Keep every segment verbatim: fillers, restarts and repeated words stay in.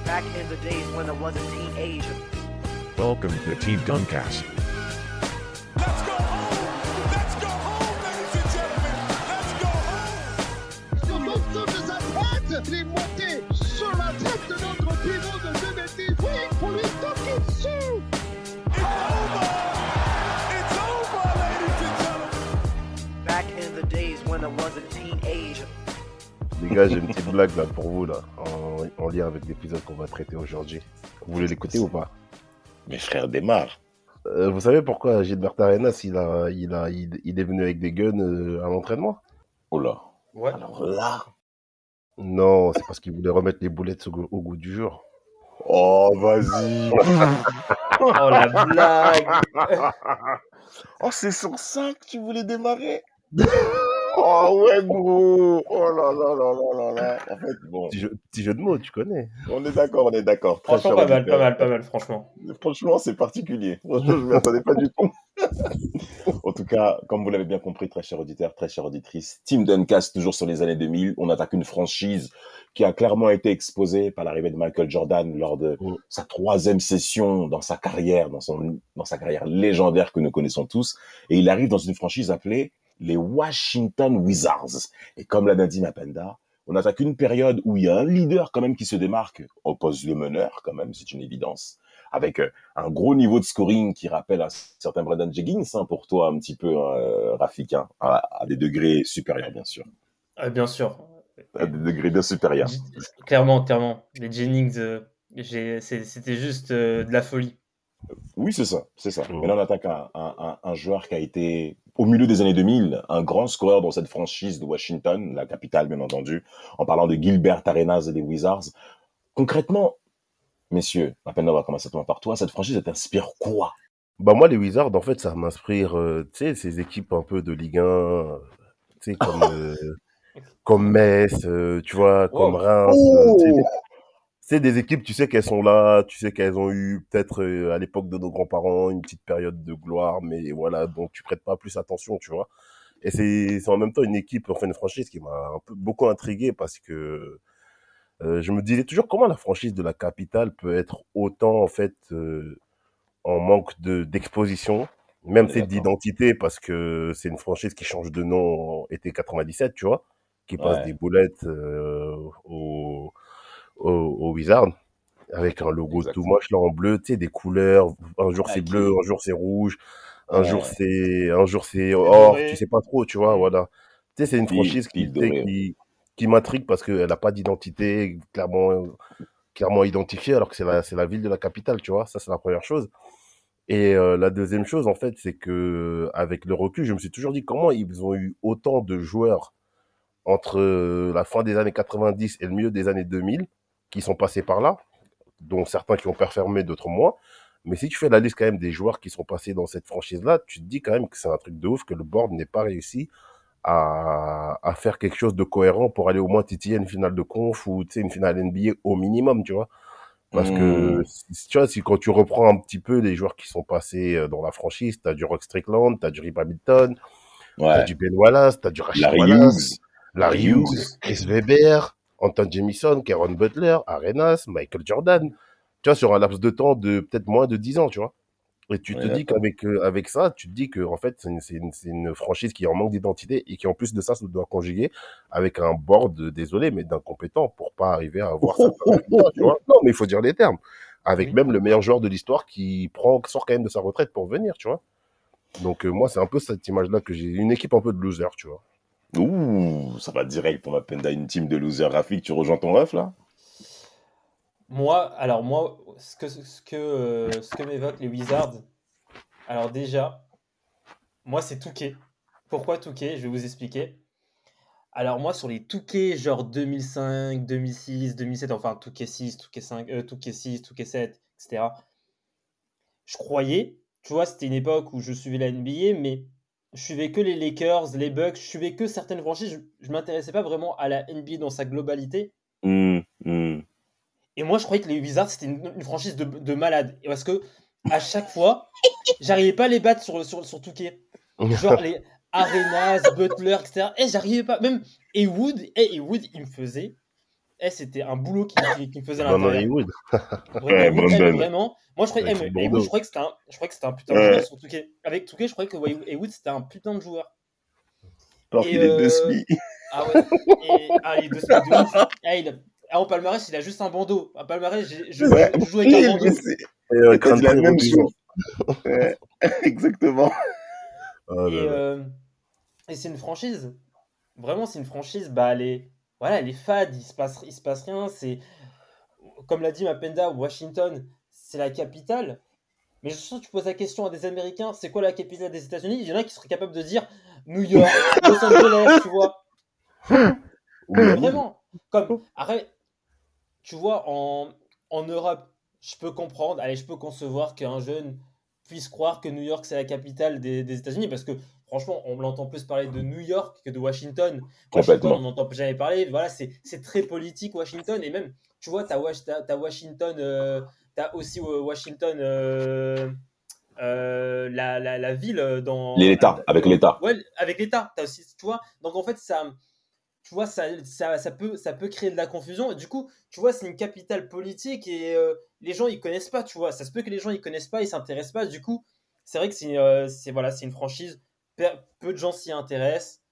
Back in the days when I was a teenager. Welcome to Team Duncast. Let's go home! Let's go home, ladies and gentlemen! Let's go home! Sur l'autre de sa tête, il est monté sur la tête de notre pivot de deux mètres dix. Oui, pour lui toquer dessus. It's over! It's over, ladies and gentlemen! Back in the days when I was a teenager. Les gars, j'ai une petite blague là pour vous là, en, en lien avec l'épisode qu'on va traiter aujourd'hui. Vous voulez l'écouter ou pas? Mes frères démarrent. euh, Vous savez pourquoi Gilbert Arenas il, a, il, a, il, il est venu avec des guns euh, à l'entraînement? Oh là. Ouais. Alors là. Non, c'est parce qu'il voulait remettre les boulettes au, au goût du jour. Oh, vas-y. Oh la blague. Oh, c'est sur ça que tu voulais démarrer. Oh ouais, gros. Oh là là là là là là. En fait, bon. Petit jeu, petit jeu de mots, tu connais. On est d'accord, on est d'accord. Très Franchement, cher pas mal, auditeur. pas mal, pas mal, franchement. Franchement, c'est particulier. Franchement, je ne m'y attendais pas du tout. En tout cas, comme vous l'avez bien compris, très cher auditeur, très chère auditrice, Team Duncast, toujours sur les années deux mille. On attaque une franchise qui a clairement été exposée par l'arrivée de Michael Jordan lors de Mm. sa troisième session dans sa carrière, dans son, dans sa carrière légendaire que nous connaissons tous. Et il arrive dans une franchise appelée les Washington Wizards. Et comme l'a dit Mapenda, on attaque une période où il y a un leader quand même qui se démarque au poste de meneur, quand même, c'est une évidence, avec euh, un gros niveau de scoring qui rappelle un certain Brandon Jennings, hein, pour toi un petit peu, euh, Rafik, hein, à, à des degrés supérieurs, bien sûr. Euh, bien sûr. À des degrés bien supérieurs. J- Clairement, clairement. Les Jennings, euh, j'ai- c'est- c'était juste euh, de la folie. Oui, c'est ça, c'est ça. Mhm. Mais là, on attaque un, un, un, un joueur qui a été, au milieu des années deux mille, un grand scoreur dans cette franchise de Washington, la capitale, bien entendu, en parlant de Gilbert Arenas et des Wizards. Concrètement, messieurs, à peine on va commencer par toi, cette franchise, elle t'inspire quoi? Bah moi, les Wizards, en fait, ça m'inspire, euh, tu sais, ces équipes un peu de Ligue un, euh, tu sais, comme, euh, comme Metz, euh, tu vois, comme Wow. Reims, euh, tu sais, Oh! c'est des équipes, tu sais qu'elles sont là, tu sais qu'elles ont eu peut-être euh, à l'époque de nos grands-parents une petite période de gloire, mais voilà, donc tu prêtes pas plus attention, tu vois. Et c'est c'est en même temps une équipe, enfin une franchise qui m'a un peu beaucoup intrigué parce que euh, je me disais toujours comment la franchise de la capitale peut être autant en fait euh, en manque de d'exposition, même On est c'est d'accord. d'identité parce que c'est une franchise qui change de nom en été quatre-vingt-dix-sept, tu vois, qui passe des Ouais, boulettes euh, au, au, au Wizard avec un logo tout exactement. moche là en bleu, tu sais, des couleurs. Un jour Ah, c'est bleu, qui... un jour c'est rouge, un jour Ouais, c'est, un jour c'est C'est or, tu doré. sais pas trop, tu vois, Mm. voilà. Tu sais, c'est une pile, franchise qui, pile tu sais, doré. qui, qui m'intrigue parce qu'elle a pas d'identité clairement, clairement identifiée alors que c'est la, c'est la ville de la capitale, tu vois. Ça, c'est la première chose. Et euh, la deuxième chose, en fait, c'est que avec le recul, je me suis toujours dit comment ils ont eu autant de joueurs entre euh, la fin des années quatre-vingt-dix et le milieu des années deux mille qui sont passés par là, dont certains qui ont performé, d'autres moins. Mais si tu fais la liste quand même des joueurs qui sont passés dans cette franchise-là, tu te dis quand même que c'est un truc de ouf que le board n'ait pas réussi à, à faire quelque chose de cohérent pour aller au moins titiller une finale de conf ou tu sais, une finale N B A au minimum, tu vois. Parce que Hmm, si- tu vois, si quand tu reprends un petit peu les joueurs qui sont passés euh, dans la franchise, t'as du Rock Strickland, t'as du Rip Hamilton, t'as ouais. du Ben Wallace, t'as du Rashid Larry Wallace, Hughes. Larry Larry Hughes, Hughes. Chris Webber, Anton Jamison, Karen Butler, Arenas, Michael Jordan. Tu vois, sur un laps de temps de peut-être moins de dix ans, tu vois. Et tu On te est dis d'accord. qu'avec euh, avec ça, tu te dis que en fait, c'est une, c'est une, c'est une franchise qui est en manque d'identité et qui en plus de ça se doit conjuguer avec un board, euh, désolé, mais d'incompétent pour pas arriver à avoir certains résultats, tu vois. Non, mais il faut dire les termes. Avec Oui. même le meilleur joueur de l'histoire qui prend, sort quand même de sa retraite pour venir, tu vois. Donc euh, moi, c'est un peu cette image-là que j'ai, une équipe un peu de loser, tu vois. Ouh, ça va direct pour ma Penda, une team de losers. Rafik, tu rejoins ton ref là? Moi, alors moi, ce que, ce que, euh, ce que m'évoquent les Wizards, alors déjà, moi c'est Touquet. Pourquoi Touquet? Je vais vous expliquer. Alors moi sur les Touquet genre deux mille cinq, deux mille six, deux mille sept, enfin Touquet six, Touquet cinq, euh, Touquet six, Touquet sept, et cetera. Je croyais, tu vois, c'était une époque où je suivais la N B A, mais je suivais que les Lakers, les Bucks, je suivais que certaines franchises, je, je m'intéressais pas vraiment à la N B A dans sa globalité. Hmm, hmm. Et moi je croyais que les Wizards c'était une, une franchise de, de malades. Et parce que à chaque fois, j'arrivais pas à les battre sur, sur, sur Touquet. Genre les Arenas, Butler, et cetera. Et j'arrivais pas. Même Haywood, et Haywood, il me faisait. eh, c'était un boulot qui, qui, qui me faisait à Brandon l'intérieur. Haywood. Vra- Ouais, Haywood, eh, mais Brandon. vraiment. Moi, je croyais, eh, Avec mais son Haywood, je bandeau. croyais que c'était un, je croyais que c'était un putain de Ouais. joueur sur Touquet. Avec Touquet, je croyais que Hay- Haywood, c'était un putain de joueur. Alors Et qu'il est de euh, semi. ah ouais. Et ah, il est de, de ouf. Ah, il a- ah, en palmarès, il a juste un bandeau. En palmarès, j'ai- je, Ouais, je, je joue avec un pile, bandeau. mais c'est- Et euh, mais t'as dit la crâne même reluisant. chose. Ouais, exactement. Oh Et, là là. euh, et c'est une franchise. Vraiment, c'est une franchise. Bah, elle est, voilà, elle est fade. Il se passe, il se passe rien. C'est, comme l'a dit Mapenda, Washington, c'est la capitale. Mais je sens que tu poses la question à des Américains, c'est quoi la capitale des États-Unis? Il y en a qui seraient capables de dire New York, Los Angeles, tu vois. Mais vraiment, comme, arrête, tu vois, en, en Europe, je peux comprendre, allez, je peux concevoir qu'un jeune puisse croire que New York, c'est la capitale des, des États-Unis, parce que, franchement, on l'entend plus parler de New York que de Washington. Washington, Complètement. on n'entend jamais parler. Voilà, c'est c'est très politique, Washington. Et même, tu vois, tu as, Washington, euh, tu as aussi euh, Washington, euh, euh, la, la, la ville euh, dans. L'État, avec dans- l'État. Ouais, avec l'État. T'as aussi, tu vois. Donc, en fait, ça. Tu vois, ça, ça, ça, peut, ça peut créer de la confusion. Et du coup, tu vois, c'est une capitale politique et euh, les gens, ils connaissent pas, tu vois. Ça se peut que les gens, ils connaissent pas, ils s'intéressent pas. Du coup, c'est vrai que c'est euh, c'est- voilà, c'est une franchise. Peu, peu de gens s'y intéressent.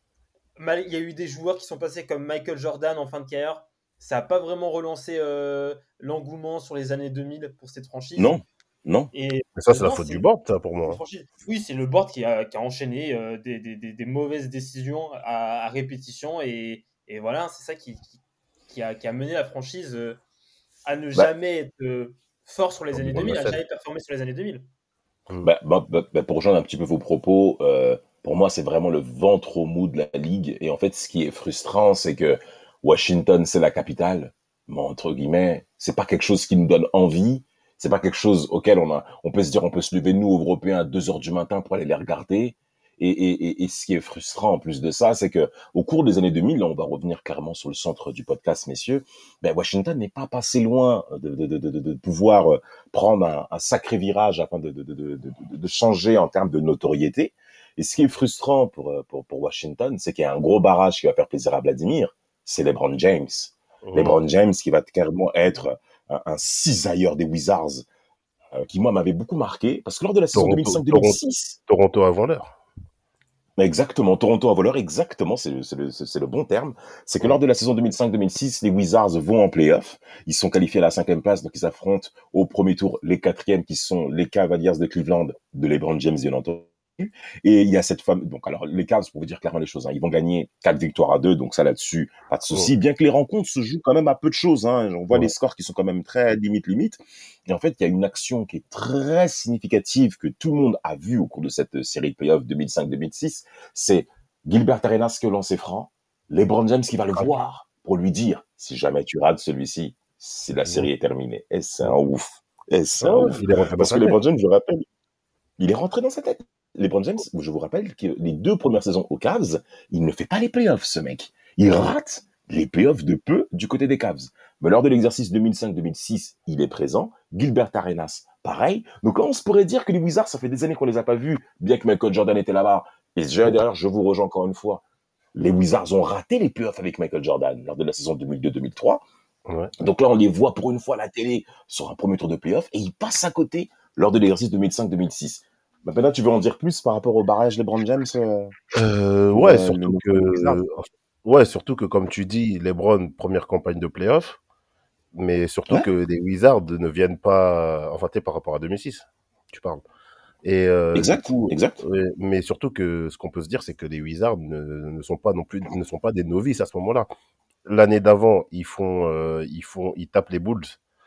Mal- Il y a eu des joueurs qui sont passés comme Michael Jordan en fin de carrière. Ça n'a pas vraiment relancé euh, l'engouement sur les années deux mille pour cette franchise. Non, non. Et Mais ça, c'est la non, faute c'est du board, ça, pour une moi. franchise. Oui, c'est le board qui a, qui a enchaîné euh, des, des, des, des mauvaises décisions à, à répétition. Et, et voilà, c'est ça qui, qui, qui a, qui a mené la franchise euh, à ne Bah, jamais être euh, fort sur les Au années devant deux de mille, la à scène. jamais performer sur les années deux mille. Mm. bah, bah, bah, bah, pour rejoindre un petit peu vos propos, euh, pour moi, c'est vraiment le ventre au mou de la ligue. Et en fait, ce qui est frustrant, c'est que Washington, c'est la capitale. Mais entre guillemets, c'est pas quelque chose qui nous donne envie. C'est pas quelque chose auquel on a, on peut se dire, on peut se lever, nous, Européens, à deux heures du matin pour aller les regarder. Et, et, et, et ce qui est frustrant en plus de ça, c'est que au cours des années deux mille, là, on va revenir clairement sur le centre du podcast, messieurs, ben, Washington n'est pas passé loin de, de, de, de, de pouvoir prendre un, un sacré virage afin de, de, de, de, de, de changer en termes de notoriété. Et ce qui est frustrant pour, pour, pour Washington, c'est qu'il y a un gros barrage qui va faire plaisir à Vladimir, c'est LeBron James. Mm. LeBron James qui va carrément être un, un cisailleur des Wizards, euh, qui moi m'avait beaucoup marqué, parce que lors de la saison Toronto, deux mille cinq deux mille six, Toronto avant l'heure. exactement, Toronto à voleur, exactement, c'est le, c'est le, c'est le bon terme. C'est que lors de la saison deux mille cinq deux mille six, les Wizards vont en play-off. Ils sont qualifiés à la cinquième place, donc ils affrontent au premier tour les quatrièmes qui sont les Cavaliers de Cleveland, de LeBron James, bien entendu. Et il y a cette femme, donc alors les Cavs, pour vous dire clairement les choses, hein, ils vont gagner quatre victoires à deux, donc ça là-dessus, pas de souci. Oh. Bien que les rencontres se jouent quand même à peu de choses, hein, on voit Ouais. les scores qui sont quand même très limite limite. Et en fait, il y a une action qui est très significative que tout le monde a vue au cours de cette série de playoffs deux mille cinq deux mille six, c'est Gilbert Arenas qui lance franc, LeBron James qui va le Ah. voir pour lui dire, si jamais tu rates celui-ci, c'est la série est terminée. Et c'est un ouf. Et c'est un Ah ouais, ouf. il est rentré dans Parce sa que tête. LeBron James, je rappelle, il est rentré dans sa tête. LeBron James, je vous rappelle que les deux premières saisons aux Cavs, il ne fait pas les playoffs, ce mec. Il rate les playoffs de peu du côté des Cavs. Mais lors de l'exercice deux mille cinq deux mille six, il est présent. Gilbert Arenas, pareil. Donc là, on se pourrait dire que les Wizards, ça fait des années qu'on les a pas vus, bien que Michael Jordan était là-bas. Et d'ailleurs, je vous rejoins encore une fois. Les Wizards ont raté les playoffs avec Michael Jordan lors de la saison deux mille deux deux mille trois. Ouais. Donc là, on les voit pour une fois à la télé sur un premier tour de playoffs et ils passent à côté lors de l'exercice deux mille cinq deux mille six. Maintenant, tu veux en dire plus par rapport au barrage LeBron James euh, Euh, pour, ouais, euh, surtout le- le Wizards que, ouais, surtout que comme tu dis, LeBron première campagne de playoff, mais surtout Ouais. que les Wizards ne viennent pas, enfin, t'es par rapport à deux mille six, tu parles. Et euh, du Exact, coup, exact. ouais, mais surtout que ce qu'on peut se dire, c'est que les Wizards ne, ne sont pas non plus, ne sont pas des novices à ce moment-là. L'année d'avant, ils font, euh, ils font, ils tapent les Bulls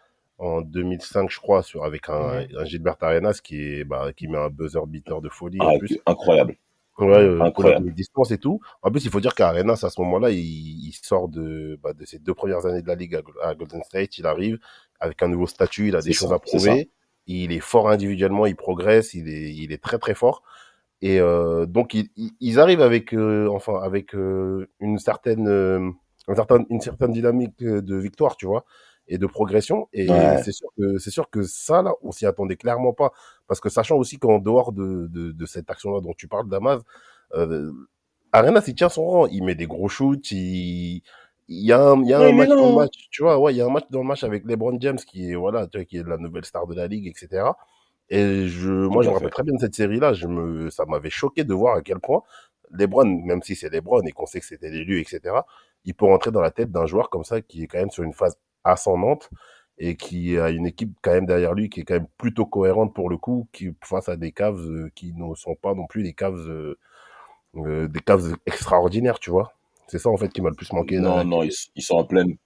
en deux mille cinq, je crois, sur avec un, Ouais. un Gilbert Arenas qui est, bah, qui met un buzzer beater de folie en Ah, plus. incroyable. Ouais, euh, pull-up Incroyable. mi-distance et tout. En plus, il faut dire qu'Arenas, à ce moment-là, il, il sort de, bah, de ses deux premières années de la ligue à, à Golden State. Il arrive avec un nouveau statut, il a des C'est choses ça, à c'est ça. prouver. Il est fort individuellement, il progresse, il est, il est très très fort. Et euh, donc, ils, ils- ils arrivent avec, euh, enfin, avec euh, une certaine, euh, un certain- une certaine dynamique de victoire, tu vois, et de progression. Et Ouais. c'est sûr que, c'est sûr que ça, là, on s'y attendait clairement pas. Parce que sachant aussi qu'en dehors de, de, de cette action-là dont tu parles, Damas, euh, Arenas, il tient son rang. Il met des gros shoots, il, il y a un, il y a Non, un il est match là. dans le hein. match, tu vois, ouais, il y a un match dans le match avec LeBron James qui est, voilà, tu vois, qui est la nouvelle star de la ligue, et cetera. Et je, Tout moi, je à me rappelle fait. très bien de cette série-là. Je me, ça m'avait choqué de voir à quel point LeBron, même si c'est LeBron et qu'on sait que c'était l'élu, et cetera, il peut rentrer dans la tête d'un joueur comme ça qui est quand même sur une phase ascendante et qui a une équipe quand même derrière lui qui est quand même plutôt cohérente pour le coup, qui face à des Cavs euh, qui ne sont pas non plus des Cavs, euh, euh, des Cavs extraordinaires, tu vois. C'est ça en fait qui m'a le plus manqué. Là, Non, là, qui- non, ils, ils sont en pleine.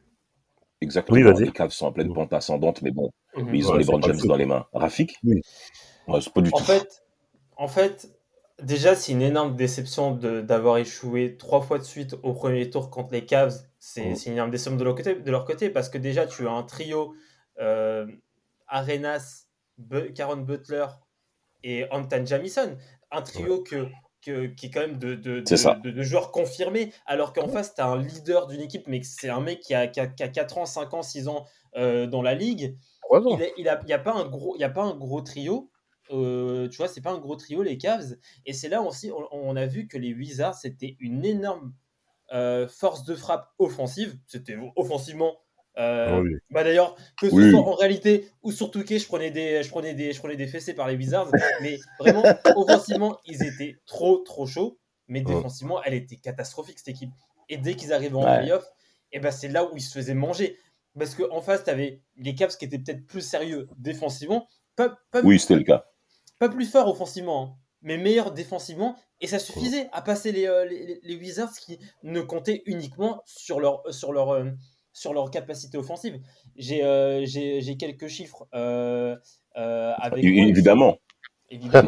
Oui, Exactement. vas-y. Les Cavs sont en pleine Mhm. pente ascendante, mais bon, mais Mhm. ils ont Ouais, c'est LeBron pas le James foot. dans les mains. Rafik? Oui. Ouais, c'est pas du En tout. fait, en fait, déjà, c'est une énorme déception de, d'avoir échoué trois fois de suite au premier tour contre les Cavs. C'est, Mhm. c'est une énorme déception de leur côté, de leur côté parce que déjà, tu as un trio euh, Arenas, Bu- Caron Butler et Anton Jamison. Un Ouais. trio que, que- qui est quand même de, de, C'est de, ça. de- de joueurs confirmés, alors qu'en face, tu as un leader d'une équipe, mais que c'est un mec qui a, qui a, qui a quatre ans, cinq ans, six ans euh, dans la ligue. Trois ans. Il n'y il a, il y a, pas un gros- il y a pas un gros trio. Euh, tu vois, c'est pas un gros trio, les Cavs. Et c'est là aussi, on, on a vu que les Wizards, c'était une énorme euh, force de frappe offensive. C'était offensivement. euh, Oui. bah d'ailleurs, que ce Oui. soit en réalité ou sur Touquet, je prenais des, je prenais des, je prenais des fessées par les Wizards. Mais vraiment, offensivement, ils étaient trop, trop chauds. Mais Mhm. défensivement, elle était catastrophique, cette équipe. Et dès qu'ils arrivaient en Ouais. playoff, et ben c'est là où ils se faisaient manger. Parce qu'en face, tu avais les Cavs qui étaient peut-être plus sérieux défensivement, pas, pas, Oui, c'était le cas. pas plus forts offensivement, hein, mais meilleurs défensivement. Et ça suffisait à passer les, euh, les, les Wizards qui ne comptaient uniquement sur leur, sur leur, euh, sur leur capacité offensive. J'ai, euh, j'ai, j'ai quelques chiffres euh, euh, avec moi. Évidemment. Évidemment.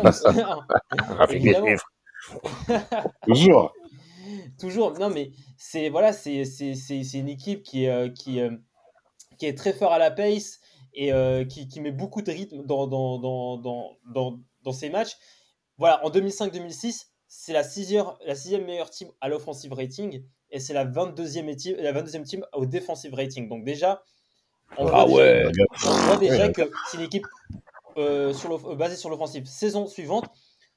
Avec les Évidemment. chiffres. Toujours. Toujours. Non, mais c'est, voilà, c'est, c'est, c'est, c'est une équipe qui, euh, qui, euh, qui est très fort à la pace et euh, qui, qui met beaucoup de rythme dans, dans, dans, dans, dans, dans ses matchs. Voilà, en deux mille cinq deux mille six, c'est la sixième, la sixième meilleure team à l'offensive rating et c'est la vingt-deuxième team, la vingt-deuxième team au defensive rating. Donc déjà, on voit Ah déjà, ouais. on voit déjà Ouais. que c'est une équipe euh, sur l'off- euh, basée sur l'offensive. Saison suivante,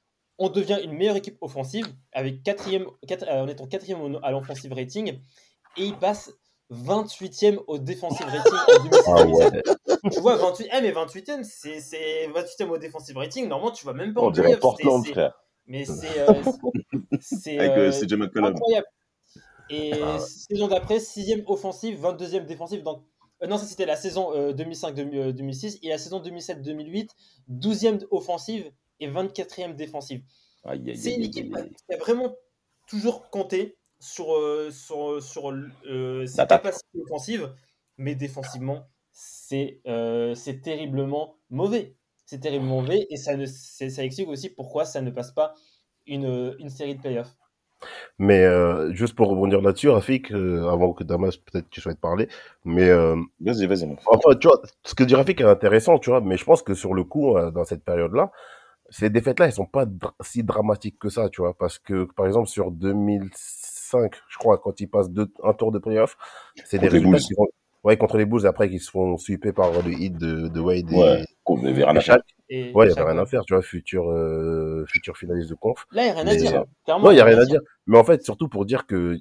on devient une meilleure équipe offensive avec quatrième, quatre, euh, en étant quatrième au- à l'offensive rating et il passe vingt-huitième au defensive rating en deux mille six Ah deux mille sept. ouais. Tu vois, vingt-huit, eh, mais vingt-huitième, c'est, c'est vingt-huitième au defensive rating. Normalement, tu vas même pas On en dirait playoff. Portland, C'est, c'est, frère. mais c'est, euh, c'est Avec euh, euh, C J McCollum. incroyable. Et Ah ouais. saison d'après, sixième offensive, vingt-deuxième défensive. Donc, euh, non, ça c'était la saison euh, deux mille cinq deux mille six. Et la saison deux mille sept deux mille huit, douzième offensive et vingt-quatrième défensive. Aïe, aïe, C'est une aïe, équipe aïe, aïe. qui a vraiment toujours compté sur, euh, sur, sur euh, ses L'attaque. capacités offensives, mais défensivement, c'est euh, c'est terriblement mauvais. C'est terriblement mauvais et ça, ne, c'est- ça explique aussi pourquoi ça ne passe pas une, une série de playoffs. Mais euh, juste pour rebondir là-dessus, Rafik, euh, avant que Damas peut-être tu souhaites parler, mais euh, Vas-y, vas-y, mon frère. enfin, tu vois, ce que dit Rafik est intéressant, tu vois, mais je pense que sur le coup, euh, dans cette période-là, ces défaites-là, elles sont pas dra- si dramatiques que ça, tu vois, parce que, par exemple, sur deux mille cinq, je crois, quand ils passent deux, un tour de playoff, c'est des Contre les résultats Bulls. qui vont, ouais, contre les Bulls, après qu'ils se font sweeper par le hit de, de Wade Ouais. et, Contre les rien et à faire. Shaq. Et Ouais, il y chaque avait rien à fois. faire, tu vois, futur, euh, futur finaliste de conf. Là, il n'y a rien à Mais, dire. euh, Clairement, non, il il n'y y a a rien rien à à dire. dire. Mais en fait, surtout pour dire que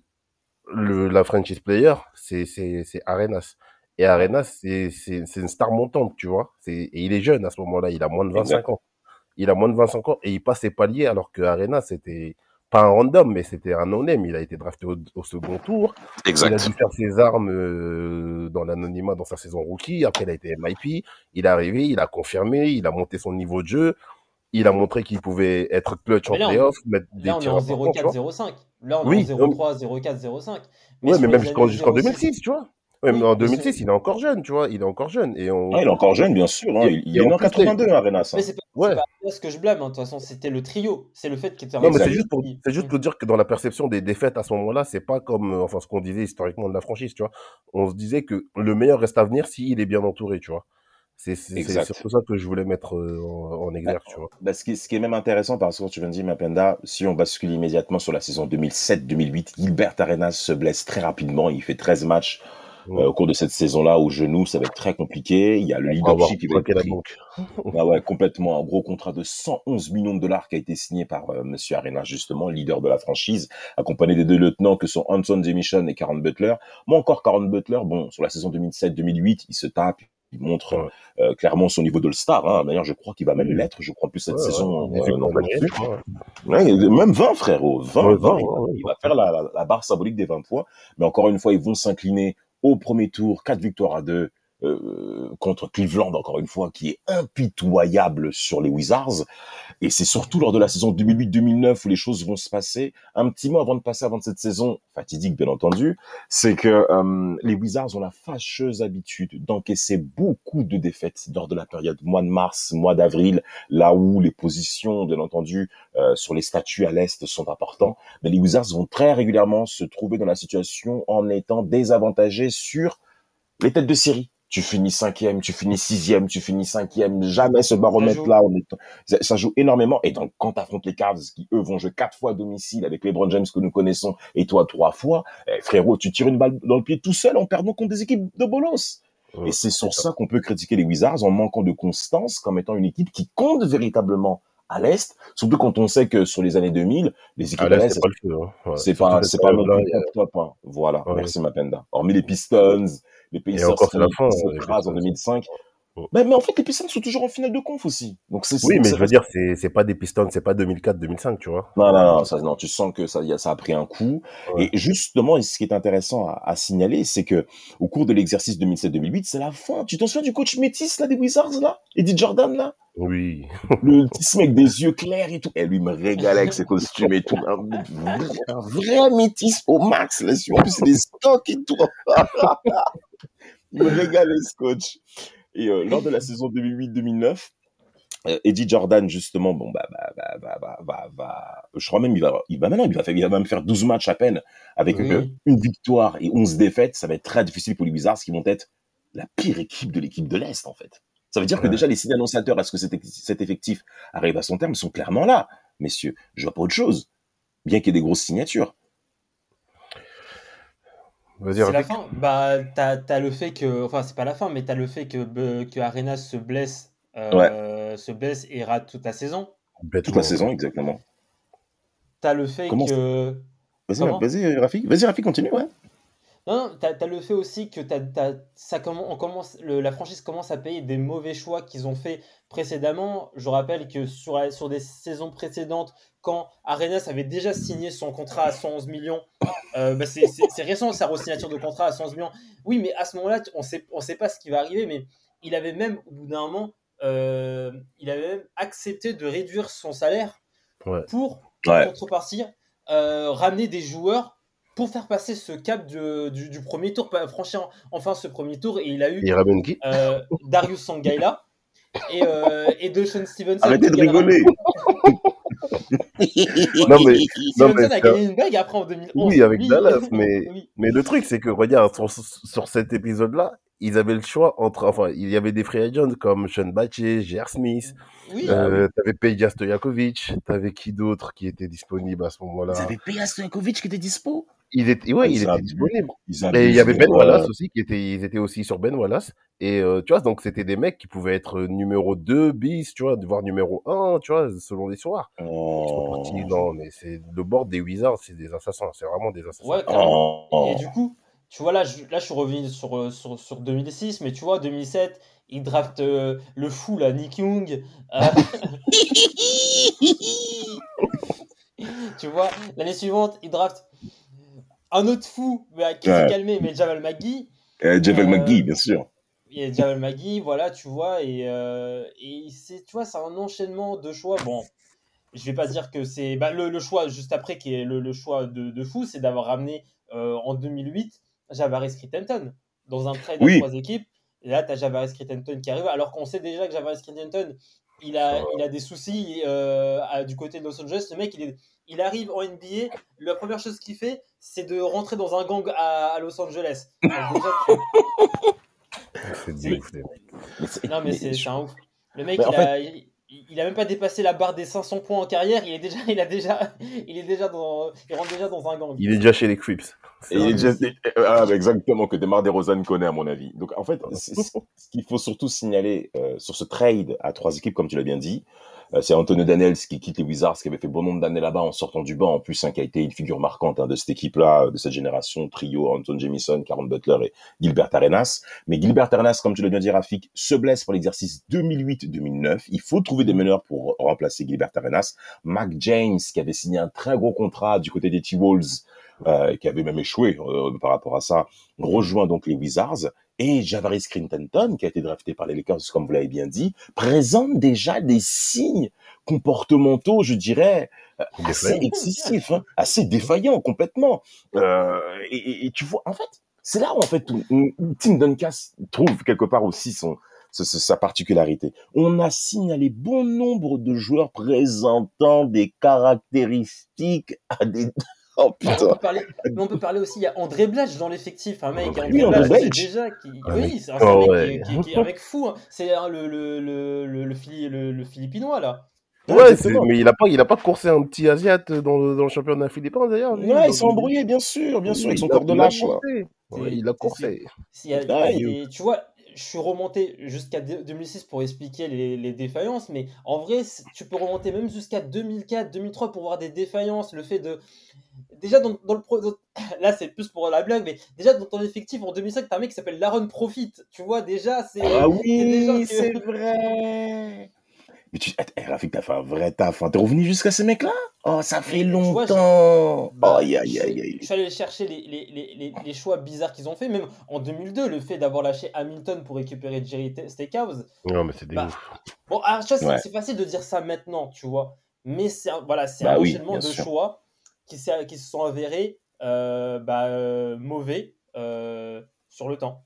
le, la franchise player, c'est, c'est, c'est Arenas. Et Ouais. Arenas, c'est, c'est, c'est une star montante, tu vois. C'est, et il est jeune à ce moment-là, il a moins de vingt-cinq Exact. ans. Il a moins de vingt-cinq ans et il passe ses paliers alors que Arenas, c'était pas un random, mais c'était un no-name. Il a été drafté au, au second tour. Il a Exact. dû faire ses armes euh, dans l'anonymat dans sa saison rookie. Après, il a été M I P. Il est arrivé, il a confirmé, il a monté son niveau de jeu. Il a montré qu'il pouvait être clutch en Mais là, on, playoff, mettre des là, on est tirs en importants, tu zéro quatre vois. zéro cinq. Là, on est en Oui, zéro non, trois zéro quatre zéro cinq. Mais ouais, mais sur même les jusqu'en années jusqu'en zéro six, deux mille six, tu vois. Ouais, mais oui, en mais, deux mille sur- six, il est encore jeune, tu vois. Il est encore jeune. Et on, Ah, il est encore jeune, bien sûr. Hein. et, Il, il et est en né en plus, les- quatre-vingt-deux, Arenas. mais Hein. c'est pas, c'est ouais. pas Arenas que je blâme, hein. De toute façon, c'était le trio. C'est le fait qu'il était un Non, mais c'est Exact. juste pour, qui- c'est juste pour dire que dans la perception des défaites à ce moment-là, c'est pas comme, euh, enfin, ce qu'on disait historiquement de la franchise, tu vois. On se disait que le meilleur reste à venir s'il est bien entouré, tu vois. C'est, c'est, c'est Exact. surtout ça que je voulais mettre euh, en, en Bah, exergue, tu vois. bah, ce, qui, ce qui est même intéressant, parce que tu viens de dire, Mapenda, si on bascule immédiatement sur la saison deux mille sept deux mille huit, Gilbert Arenas se blesse très rapidement. Il fait treize matchs Ouais. euh, au cours de cette saison-là au genou, ça va être très compliqué. Il y a le On va avoir leadership qui va être braqué la pris. banque. Ah ouais, complètement. Un gros contrat de cent onze millions de dollars qui a été signé par euh, Monsieur Arenas, justement, leader de la franchise, accompagné des deux lieutenants que sont Anton Jamison et Caron Butler. Moi encore, Caron Butler, bon, sur la saison deux mille sept deux mille huit, il se tape, il montre Ouais. euh, clairement son niveau d'All-Star. Hein. D'ailleurs, je crois qu'il va même Oui. l'être, je crois plus cette Ouais, ouais. saison dix-huit euh, non points plus. d'N B A, je crois. Ouais, même vingt, frérot. vingt, Ouais, vingt, vingt, il, va, ouais, ouais. il va faire la, la, la barre symbolique des vingt points. Mais encore une fois, ils vont s'incliner au premier tour, quatre victoires à deux, euh, contre Cleveland, encore une fois, qui est impitoyable sur les Wizards. Et c'est surtout lors de la saison deux mille huit deux mille neuf où les choses vont se passer. Un petit mot avant de passer avant de cette saison, fatidique bien entendu, c'est que euh, les Wizards ont la fâcheuse habitude d'encaisser beaucoup de défaites lors de la période mois de mars, mois d'avril, là où les positions, bien entendu, euh, sur les statuts à l'Est sont importants. Mais les Wizards vont très régulièrement se trouver dans la situation en étant désavantagés sur les têtes de série. Tu finis cinquième, tu finis sixième, tu finis cinquième, jamais ce baromètre-là, on est... ça, ça joue énormément. Et donc, quand t'affrontes les Cavs, qui eux vont jouer quatre fois à domicile avec LeBron James que nous connaissons, et toi trois fois, eh, frérot, tu tires une balle dans le pied tout seul en perdant contre des équipes de bolos. Ouais, et c'est sur c'est ça qu'on peut critiquer les Wizards en manquant de constance comme étant une équipe qui compte véritablement à l'Est, surtout quand on sait que sur les années deux mille, les équipes Ah à là, l'Est, c'est pas le feu. Hein. Ouais. c'est Surtout pas, cette c'est pas non période-là. plus il y a- top top. Hein. Voilà, Ouais. merci Mapenda. Hormis les Pistons, les Et Pacers encore, c'est la qui fin. qui hein, les s'écrasent en Pistons. deux mille cinq. Ouais. Mais, mais en fait, les Pistons sont toujours en finale de conf aussi. Donc c'est, Oui, donc mais c'est je veux resté- dire, c'est c'est pas des Pistons, c'est pas deux mille quatre deux mille cinq, tu vois. Non, non, non, ça, non, tu sens que ça, y a- ça a pris un coup. Ouais. Et justement, ce qui est intéressant à, à signaler, c'est que au cours de l'exercice deux mille sept deux mille huit, c'est la fin. Tu t'en souviens du coach métis, là, des Wizards, là? Eddie Jordan, là? Oui. Le petit mec des yeux clairs et tout. Et lui me régalait avec ses costumes et tout. Un, vrai- un vrai métis au max, là-dessus. En plus, c'est des stocks et tout. Il me régalait, ce coach. Et euh, lors de la saison deux mille huit deux mille neuf, euh, Eddie Jordan, justement, bon, bah, bah, bah, bah, bah, bah, bah, je crois même, il va, il va, maintenant, il va faire, il va même faire douze matchs à peine avec Oui. euh, une victoire et onze défaites. Ça va être très difficile pour les Wizards qui vont être la pire équipe de l'équipe de l'Est, en fait. Ça veut dire que Ouais. déjà, les signes annonciateurs à ce que cet, cet effectif arrive à son terme sont clairement là. Messieurs, je vois pas autre chose. Bien qu'il y ait des grosses signatures. Vas-y, C'est la Rafik. fin. Bah, t'as, t'as le fait que, enfin, c'est pas la fin, mais t'as le fait que, Be- que Arenas se blesse, euh, se blesse et rate toute la saison. Toute Bêtement. la saison, exactement. T'as le fait Comment que, Vas-y, Comment vas-y, Rafik. Vas-y, Rafik, continue, ouais. non, non, t'as, t'as le fait aussi que t'as, t'as- ça commence, on commence, le- la franchise commence à payer des mauvais choix qu'ils ont fait précédemment. Je rappelle que sur, la- sur des saisons précédentes, quand Arenas avait déjà signé son contrat à cent onze millions, euh, bah c'est, c'est- c'est récent sa re-signature de contrat à cent onze millions. Oui, mais à ce moment-là, on sait, on sait pas ce qui va arriver, mais il avait même, au bout d'un moment, euh, il avait même accepté de réduire son salaire Ouais. pour, en Ouais. contrepartie, euh, ramener des joueurs pour faire passer ce cap de- du, du premier tour, pas- franchir enfin ce premier tour. Et il a eu Et il ramène qui? euh, Darius Sangaila et, euh, et DeShaun Stevenson. Arrêtez qui de gagnera- rigoler. Non, mais- Stevenson mais a c'est- gagné une bague après en deux mille onze. Oui, avec Oui. Dallas, mais, Oui. mais le truc, c'est que, regarde, sur, sur cet épisode-là, ils avaient le choix entre, enfin, il y avait des free agents comme Sean Batchet, J R. Smith, Oui. euh, t'avais Peja Stojakovic, t'avais qui d'autre qui était disponible à ce moment-là? Ils avaient Peja Stojakovic qui était dispo. Il était, ouais, Ils il était abusent. disponible. Ils Et il y avait abusent, Ben ouais. Wallace aussi, qui était, ils étaient aussi sur Ben Wallace. Et, euh, tu vois, donc c'était des mecs qui pouvaient être numéro deux bis, tu vois, voire numéro un, tu vois, selon les soirs. Ils sont Oh. partis, non, mais c'est le board des Wizards, c'est des assassins, c'est vraiment des assassins. Ouais, clairement. Oh. Et du coup, tu vois, là, je, là, je suis revenu sur, euh, sur, sur deux mille six, mais tu vois, deux mille sept, ils draftent euh, le fou, là, Nick Young. Euh, tu vois, l'année suivante, ils draftent un autre fou, mais qui s'est Ouais. calmé, mais Jamal McGee. Euh, Javel Euh, McGee, bien sûr. Et Jamal McGee, voilà, tu vois, et, euh, et c'est, tu vois, c'est un enchaînement de choix. Bon, je vais pas dire que c'est bah, le, le choix juste après qui est le, le choix de, de fou, c'est d'avoir ramené euh, en deux mille huit Javaris Crittenton dans un trade Oui. à trois équipes. Et là, tu as Javaris Crittenton qui arrive, alors qu'on sait déjà que Javaris Crittenton, il a, il a des soucis euh, à- du côté de Los Angeles. Le mec, il, est, il arrive en N B A, la première chose qu'il fait, c'est de rentrer dans un gang à, à Los Angeles. Donc déjà, tu- C'est des ouf, des mecs. Mais c'est- non, mais mais c'est je- c'est un ouf. Le mec, Mais il, en a, il, il a même pas dépassé la barre des cinq cents points en carrière. Il est déjà, il a déjà, il est déjà dans, il rentre déjà dans un gang. Il est déjà chez les Crips. C'est Et vrai. il just- ah, bah, exactement, que DeMar DeRozan connaît, à mon avis. Donc, en fait, c'est- c'est- ce qu'il faut surtout signaler euh, sur ce trade à trois équipes, comme tu l'as bien dit, euh, c'est Antonio Daniels qui quitte les Wizards, qui avait fait bon nombre d'années là-bas en sortant du banc, en plus, hein, qui a été une figure marquante hein, de cette équipe-là, euh, de cette génération, trio, Anton Jamison, Caron Butler et Gilbert Arenas. Mais Gilbert Arenas, comme tu l'as bien dit, Rafik, se blesse pour l'exercice deux mille huit deux mille neuf. Il faut trouver des meneurs pour remplacer Gilbert Arenas. Mac James, qui avait signé un très gros contrat du côté des T-Wolves, euh, qui avait même échoué euh, par rapport à ça, rejoint donc les Wizards. Et Javaris Crittenton, qui a été drafté par les Lakers, comme vous l'avez bien dit, présente déjà des signes comportementaux, je dirais, euh, assez Défaillant. excessifs, hein, assez défaillants complètement. Euh, et, et- et tu vois, en fait, c'est là où en fait où- où Tim Duncan trouve quelque part aussi son sa- sa sa particularité. On a signalé bon nombre de joueurs présentant des caractéristiques à des oh Mais on putain. peut parler, mais on peut parler aussi, il y a André Blatche dans l'effectif, un mec, André André Oui, André Blatche, c'est Blatche. déjà qui, Un oui, mec- c'est un, c'est un Oh, mec ouais. qui, qui- qui est un mec fou, hein. C'est hein, le, le, le, le, le, Phili- le- le Philippinois là. Ouais, Ouais, c'est- exactement. mais il a pas, il a pas coursé un petit Asiate dans le, dans le championnat philippin d'ailleurs. lui, Ouais, dans ils sont le- embrouillés, bien sûr, bien Oui, sûr, avec son il a- corps de il a lâche, là. coursé. Ouais, C'est- il a c'est- coursé. Il y a- Ah, il y a il- des- tu vois, je suis remonté jusqu'à deux- deux mille six pour expliquer les, les défaillances, mais en vrai, c'est- tu peux remonter même jusqu'à deux mille quatre, deux mille trois pour voir des défaillances. Le fait de. Déjà, dans, dans le pro- dans- là, c'est plus pour la blague, mais déjà, dans ton effectif en deux mille cinq, t'as un mec qui s'appelle Laron Profit. Tu vois, déjà, c'est. Ah c'est déjà oui, que- c'est vrai. Mais tu, eh, Rafik, t'as fait un vrai taf, hein. T'es revenu jusqu'à ces mecs-là? Oh, ça fait Tu vois, j'ai- longtemps. Bah, Aïe, aïe, je, aïe, aïe. je suis allé chercher les, les, les, les, les choix bizarres qu'ils ont fait. Même en deux mille deux, le fait d'avoir lâché Hamilton pour récupérer Jerry Te- Steakhouse. Non, mais c'est des Bah, ouf. Bon, alors, tu vois, c'est Ouais. c'est facile de dire ça maintenant, tu vois. Mais c'est un, voilà, c'est Bah un oui, enchaînement bien de sûr. choix qui, s'est- qui se sont avérés euh, bah, euh, mauvais euh, sur le temps.